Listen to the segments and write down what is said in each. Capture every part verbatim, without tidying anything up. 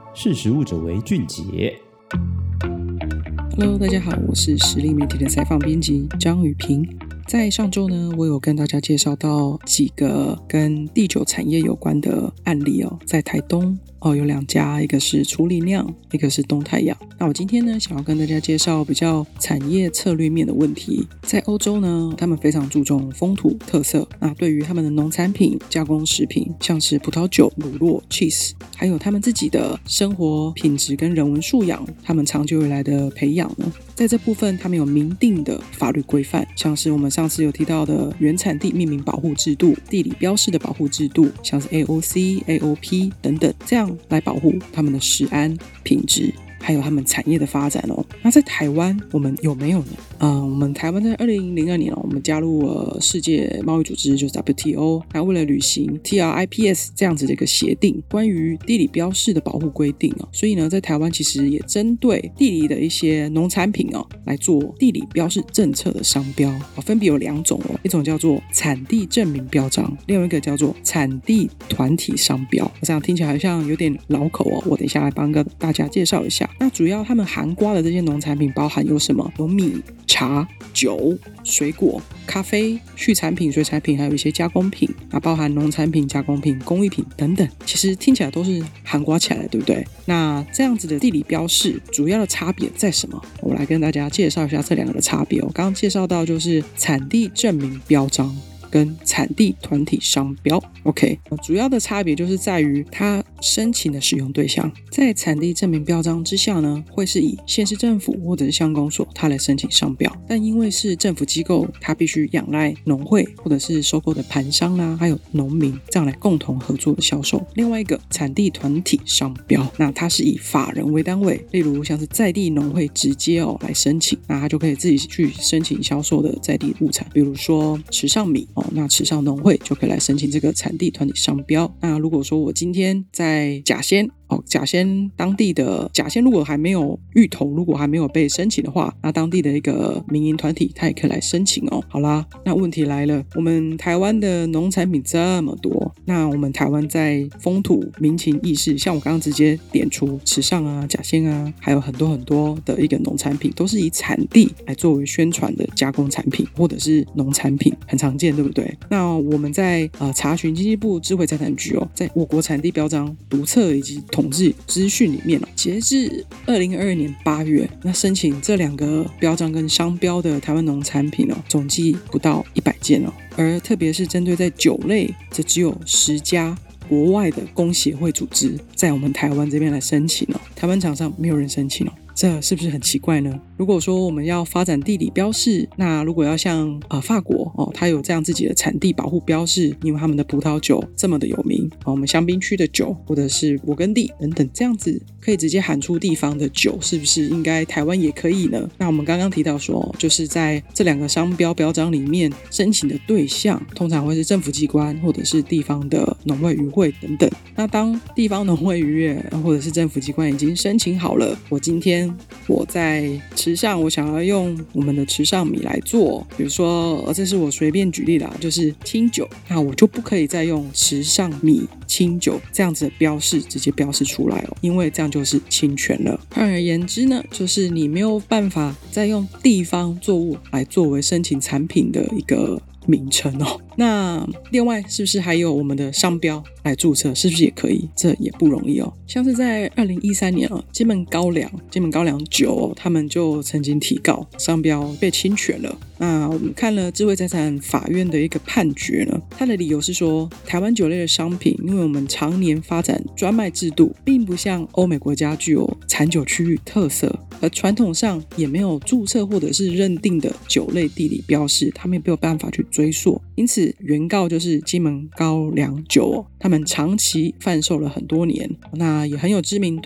识时务者为俊杰。 Hello， 大家好，我是实力媒体的采访编辑张雨萍。在上周呢，我有跟大家介绍到几个跟地酒产业有关的案例哦，在台东哦有两家，一个是处理酿，一个是东太阳。那我今天呢，想要跟大家介绍比较产业策略面的问题。在欧洲呢，他们非常注重风土特色，那对于他们的农产品、加工食品，像是葡萄酒、乳酪、cheese， 还有他们自己的生活品质跟人文素养，他们长久以来的培养呢，在这部分他们有明定的法律规范，像是我们上次有提到的原产地命名保护制度、地理标示的保护制度，像是 A O C、A O P 等等，这样来保护他们的食安品质，还有他们产业的发展哦。那在台湾我们有没有呢？嗯，我们台湾在二零零二年哦，我们加入了世界贸易组织，就是 W T O。那为了履行 T R I P S 这样子的一个协定，关于地理标示的保护规定哦，所以呢，在台湾其实也针对地理的一些农产品哦，来做地理标示政策的商标哦，分别有两种哦，一种叫做产地证明标章，另外一个叫做产地团体商标。这样听起来好像有点绕口哦，我等一下来帮大家介绍一下。那主要他们含括的这些农产品包含有什么？有米、茶、酒、水果、咖啡、畜产品、水产品，还有一些加工品，那包含农产品、加工品、工艺品等等，其实听起来都是含括起来的，对不对？那这样子的地理标示主要的差别在什么？我来跟大家介绍一下这两个的差别哦。刚刚介绍到就是产地证明标章跟产地团体商标 OK， 主要的差别就是在于它申请的使用对象，在产地证明标章之下呢，会是以县市政府或者是乡公所它来申请商标，但因为是政府机构，它必须仰赖农会或者是收购的盘商啦、啊，还有农民这样来共同合作的销售。另外一个产地团体商标，那它是以法人为单位，例如像是在地农会直接哦来申请，那它就可以自己去申请销售的在地物产，比如说池上米哦，那池上农会就可以来申请这个产地团体商标。那如果说我今天在甲仙哦，甲仙当地的甲仙如果还没有芋头，如果还没有被申请的话，那当地的一个民营团体它也可以来申请哦。好啦，那问题来了，我们台湾的农产品这么多，那我们台湾在风土民情意识，像我刚刚直接点出池上啊、甲仙啊，还有很多很多的一个农产品，都是以产地来作为宣传的加工产品或者是农产品，很常见，对不对？那我们在呃查询经济部智慧财产局哦，在我国产地标章读册以及统计资讯里面哦，截至二零二二年八月，那申请这两个标章跟商标的台湾农产品哦，总计不到一百件哦，而特别是针对在酒类，这只有十家国外的工协会组织在我们台湾这边来申请哦，台湾厂商没有人申请哦。这是不是很奇怪呢？如果说我们要发展地理标示，那如果要像呃法国哦，它有这样自己的产地保护标示，因为他们的葡萄酒这么的有名、哦、我们香槟区的酒或者是勃艮第等等，这样子可以直接喊出地方的酒，是不是应该台湾也可以呢？那我们刚刚提到说，就是在这两个商标标章里面申请的对象，通常会是政府机关或者是地方的农会渔会等等。那当地方农会渔业或者是政府机关已经申请好了，我今天我在池上，我想要用我们的池上米来做，比如说这是我随便举例啦，就是清酒，那我就不可以再用池上米清酒这样子的标示直接标示出来哦，因为这样就是侵权了。换而言之呢，就是你没有办法再用地方作物来作为申请产品的一个名称哦。那另外是不是还有我们的商标来注册，是不是也可以？这也不容易哦。像是在二零一三年哦，金门高粱金门高粱酒哦，他们就曾经提告商标被侵权了。那我们看了智慧财产法院的一个判决呢，它的理由是说，台湾酒类的商品，因为我们常年发展专卖制度，并不像欧美国家具有产酒区域特色，而传统上也没有注册或者是认定的酒类地理标示，他们也没有办法去追溯。因此原告就是金门高粱酒哦，他们长期贩售了很多年，那也很有知名度，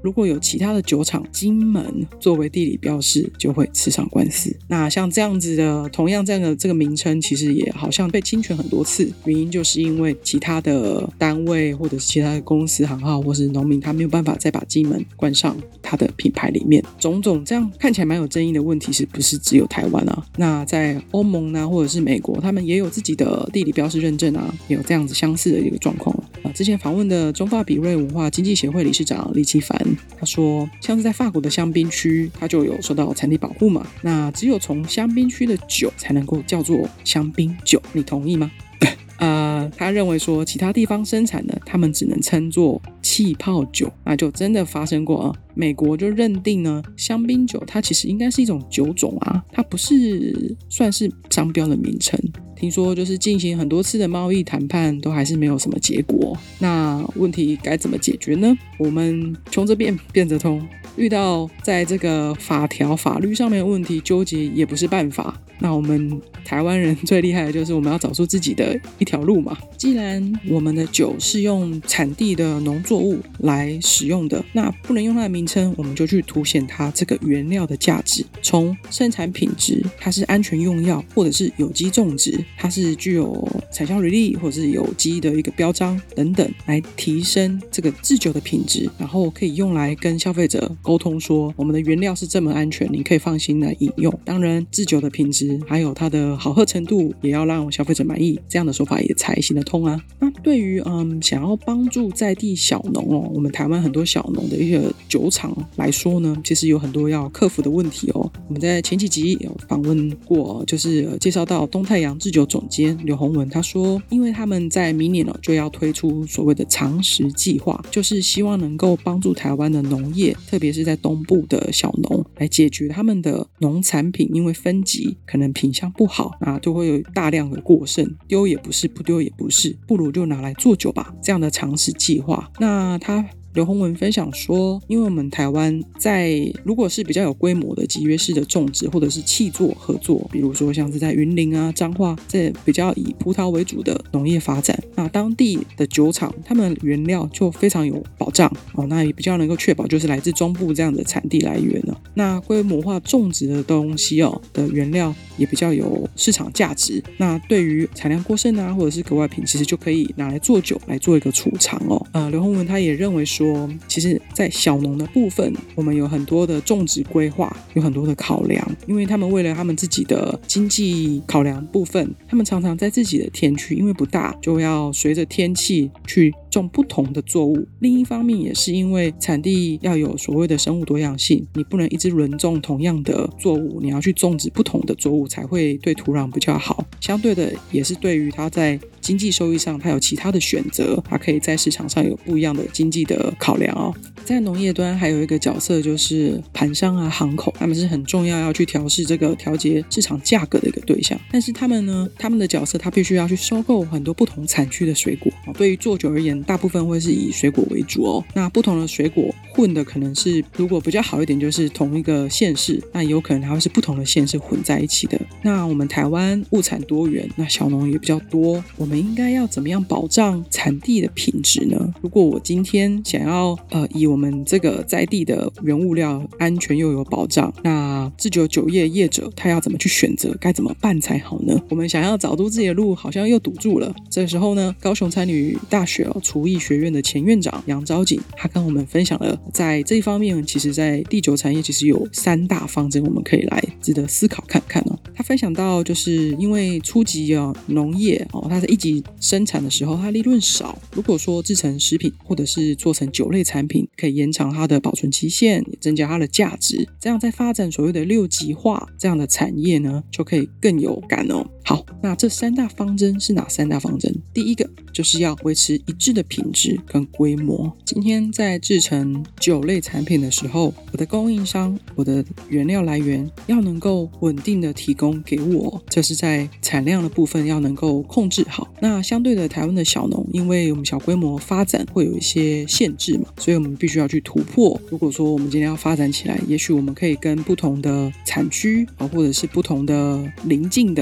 如果有其他的酒厂金门作为地理标示，就会吃上官司。那像这样子的同样这样的这个名称其实也好像被侵权很多次，原因就是因为其他的单位或者是其他的公司行号或是农民他没有办法再把金门冠上他的品牌里面，种种这样看起来蛮有争议的问题是不是只有台湾啊？那在欧盟啊或者是美国他们也有自己的地理标示认证啊，也有这样子相似的一个状况啊。之前访问的中法比瑞文化经济协会理事长李奇凡他说，像是在法国的香槟区他就有受到产地保护嘛，那只有从香槟区的酒才能够叫做香槟酒，你同意吗？呃，他认为说其他地方生产的他们只能称作气泡酒，那就真的发生过啊。美国就认定呢，香槟酒它其实应该是一种酒种啊，它不是算是商标的名称。听说就是进行很多次的贸易谈判都还是没有什么结果，那问题该怎么解决呢？我们穷则变，变则通，遇到在这个法条法律上面的问题纠结也不是办法，那我们台湾人最厉害的就是我们要找出自己的一条路嘛。既然我们的酒是用产地的农作物来使用的，那不能用它的名称，我们就去凸显它这个原料的价值，从生产品质，它是安全用药或者是有机种植，它是具有产销履历或者是有机的一个标章等等，来提升这个制酒的品质，然后可以用来跟消费者沟通说我们的原料是这么安全，你可以放心来饮用。当然制酒的品质还有它的好喝程度也要让消费者满意，这样的说法也才行得通啊。那对于嗯想要帮助在地小农哦，我们台湾很多小农的一个酒厂来说呢，其实有很多要克服的问题哦。我们在前几集有访问过，就是介绍到东太阳制酒总监刘宏文，他说因为他们在明年哦就要推出所谓的长食计划，就是希望能够帮助台湾的农业，特别是在东部的小农来解决他们的农产品因为分级可能品相不好，那就会有大量的过剩，丢也不是不丢也不是，不如就拿来做酒吧，这样的长食计划。那他刘宏文分享说，因为我们台湾在如果是比较有规模的集约式的种植或者是契作合作，比如说像是在云林啊彰化这比较以葡萄为主的农业发展，那当地的酒厂他们原料就非常有保障哦，那也比较能够确保就是来自中部这样的产地来源哦。那规模化种植的东西哦的原料也比较有市场价值，那对于产量过剩啊或者是格外品其实就可以拿来做酒来做一个储藏哦。呃，刘宏文他也认为说说其实在小农的部分我们有很多的种植规划，有很多的考量，因为他们为了他们自己的经济考量部分，他们常常在自己的田区因为不大，就要随着天气去种不同的作物。另一方面也是因为产地要有所谓的生物多样性，你不能一直轮种同样的作物，你要去种植不同的作物才会对土壤比较好。相对的也是对于它在经济收益上它有其他的选择，它可以在市场上有不一样的经济的考量哦。在农业端还有一个角色就是盘商啊行口，他们是很重要要去调试这个调节市场价格的一个对象，但是他们呢他们的角色他必须要去收购很多不同产区的水果，对于做酒而言大部分会是以水果为主哦。那不同的水果混的可能是如果比较好一点就是同一个县市，那有可能还会是不同的县市混在一起的。那我们台湾物产多元，那小农也比较多，我们应该要怎么样保障产地的品质呢？如果我今天想要呃以我们这个在地的原物料安全又有保障，那制酒酒业业者他要怎么去选择，该怎么办才好呢？我们想要找出自己的路好像又堵住了。这时候呢，高雄餐旅大学、哦、厨艺学院的前院长杨昭景，他跟我们分享了在这一方面其实在地酒产业其实有三大方针我们可以来值得思考看看哦。他分享到就是因为初级、哦、农业、哦、它在一级生产的时候它利润少，如果说制成食品或者是做成酒类产品，可以延长它的保存期限，也增加它的价值，这样在发展所谓的六级化这样的产业呢就可以更有感哦。好，那这三大方针是哪三大方针？第一个就是要维持一致的品质跟规模。今天在制成酒类产品的时候，我的供应商，我的原料来源要能够稳定的提供给我，这是在产量的部分要能够控制好。那相对的台湾的小农，因为我们小规模发展会有一些限制嘛，所以我们必须要去突破。如果说我们今天要发展起来，也许我们可以跟不同的产区或者是不同的邻近的这样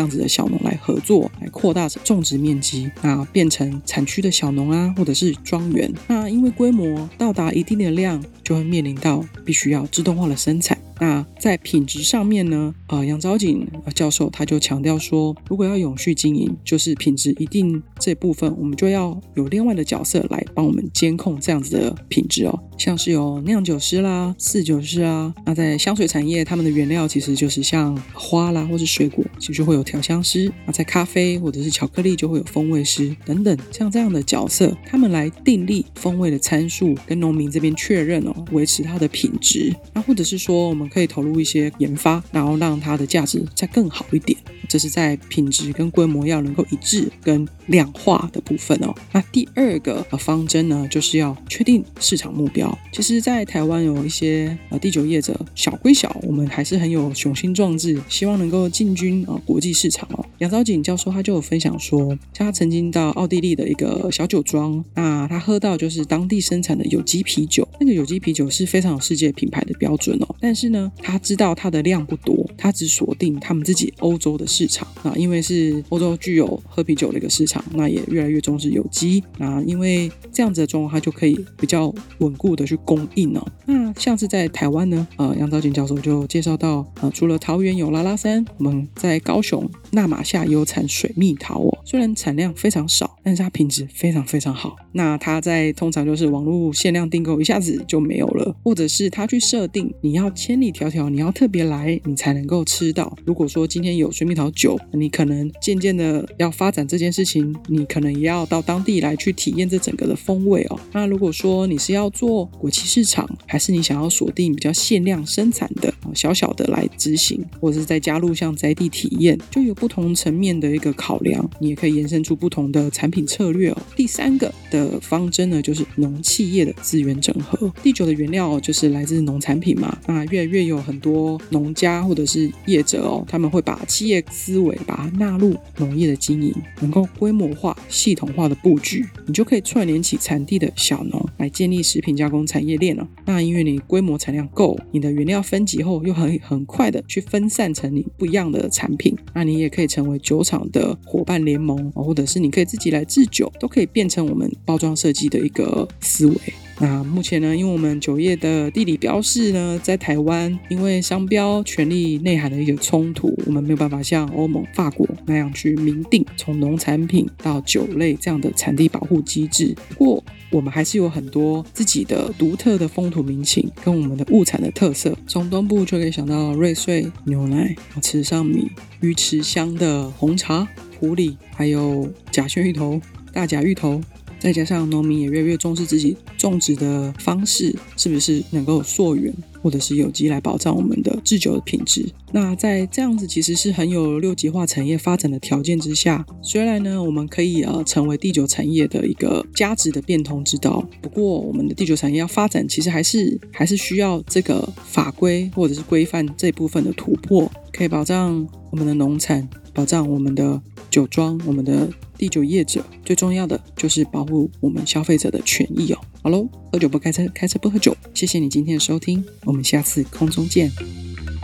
子的小农来合作，来扩大种植面积，那变成产区的小农啊，或者是庄园。那因为规模到达一定的量，就会面临到必须要自动化的生产。那在品质上面呢，呃，杨昭景教授他就强调说，如果要永续经营，就是品质一定这部分，我们就要有另外的角色来帮我们监控这样子的品质哦，像是有酿酒师啦、侍酒师啊，那在香水产业，他们的原料其实就是像花啦或是水果，其实会有调香师；那在咖啡或者是巧克力就会有风味师等等，像这样的角色，他们来订立风味的参数，跟农民这边确认哦，维持它的品质。那或者是说，我们可以投入一些研发，然后让它的价值再更好一点。这是在品质跟规模要能够一致跟量化的部分哦。那第二个方针呢，就是要确定市场目标。其实在台湾有一些呃地酒业者小归小，我们还是很有雄心壮志，希望能够进军呃国际市场哦。杨昭景教授他就有分享说，像他曾经到奥地利的一个小酒庄，那他喝到就是当地生产的有机啤酒，那个有机啤酒是非常有世界品牌的标准哦，但是呢他知道它的量不多，他只锁定他们自己欧洲的市场。那因为是欧洲具有喝啤酒的一个市场，那也越来越重视有机，那因为这样子的状况，它就可以比较稳固的去供应哦。那像是在台湾呢，呃，杨昭景教授就介绍到，呃，除了桃园有拉拉山，我们在高雄那马夏也有产水蜜桃哦，虽然产量非常少，但是它品质非常非常好。那它在通常就是网络限量订购，一下子就没有了，或者是它去设定你要千里迢迢，你要特别来，你才能够吃到。如果说今天有水蜜桃酒，你可能渐渐的要发展这件事情，你可能也要到当地来去体验这整个的风味哦。那如果说你是要做国际市场，还是你想要锁定比较限量生产的小小的来执行，或者是再加入像在地体验，就有不同层面的一个考量，你也可以延伸出不同的产品策略哦。第三个的方针呢，就是农企业的资源整合。地酒的原料哦，就是来自农产品嘛，那越来越有很多农家或者是业者哦，他们会把企业思维把它纳入农业的经营，能够规模化、系统化的布局，你就可以串联起产地的小农来建立食品加工产业链了。那因为你规模产量够，你的原料分级后又很很快的去分散成你不一样的产品，那你也可以成为酒厂的伙伴联盟，或者是你可以自己来制酒，都可以变成我们包装设计的一个思维。那目前呢，因为我们酒业的地理标示呢，在台湾因为商标权利内涵的一个冲突，我们没有办法像欧盟、法国那样去明定从农产品到酒类这样的产地保护机制。不过我们还是有很多自己的独特的风土民情跟我们的物产的特色。从东部就可以想到瑞穗牛奶、池上米、鱼池乡的红茶、埔里，还有甲萱芋头、大甲芋头。再加上农民也越来越重视自己种植的方式是不是能够溯源或者是有机来保障我们的制酒的品质。那在这样子其实是很有六极化产业发展的条件之下，虽然呢我们可以呃成为地酒产业的一个价值的变通之道，不过我们的地酒产业要发展，其实还是还是需要这个法规或者是规范这部分的突破，可以保障我们的农产，保障我们的酒庄，我们的地酒业者，最重要的就是保护我们消费者的权益哦。好咯，喝酒不开车，开车不喝酒。谢谢你今天的收听，我们下次空中见。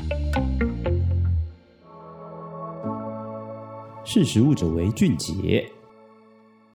识时务者为俊杰。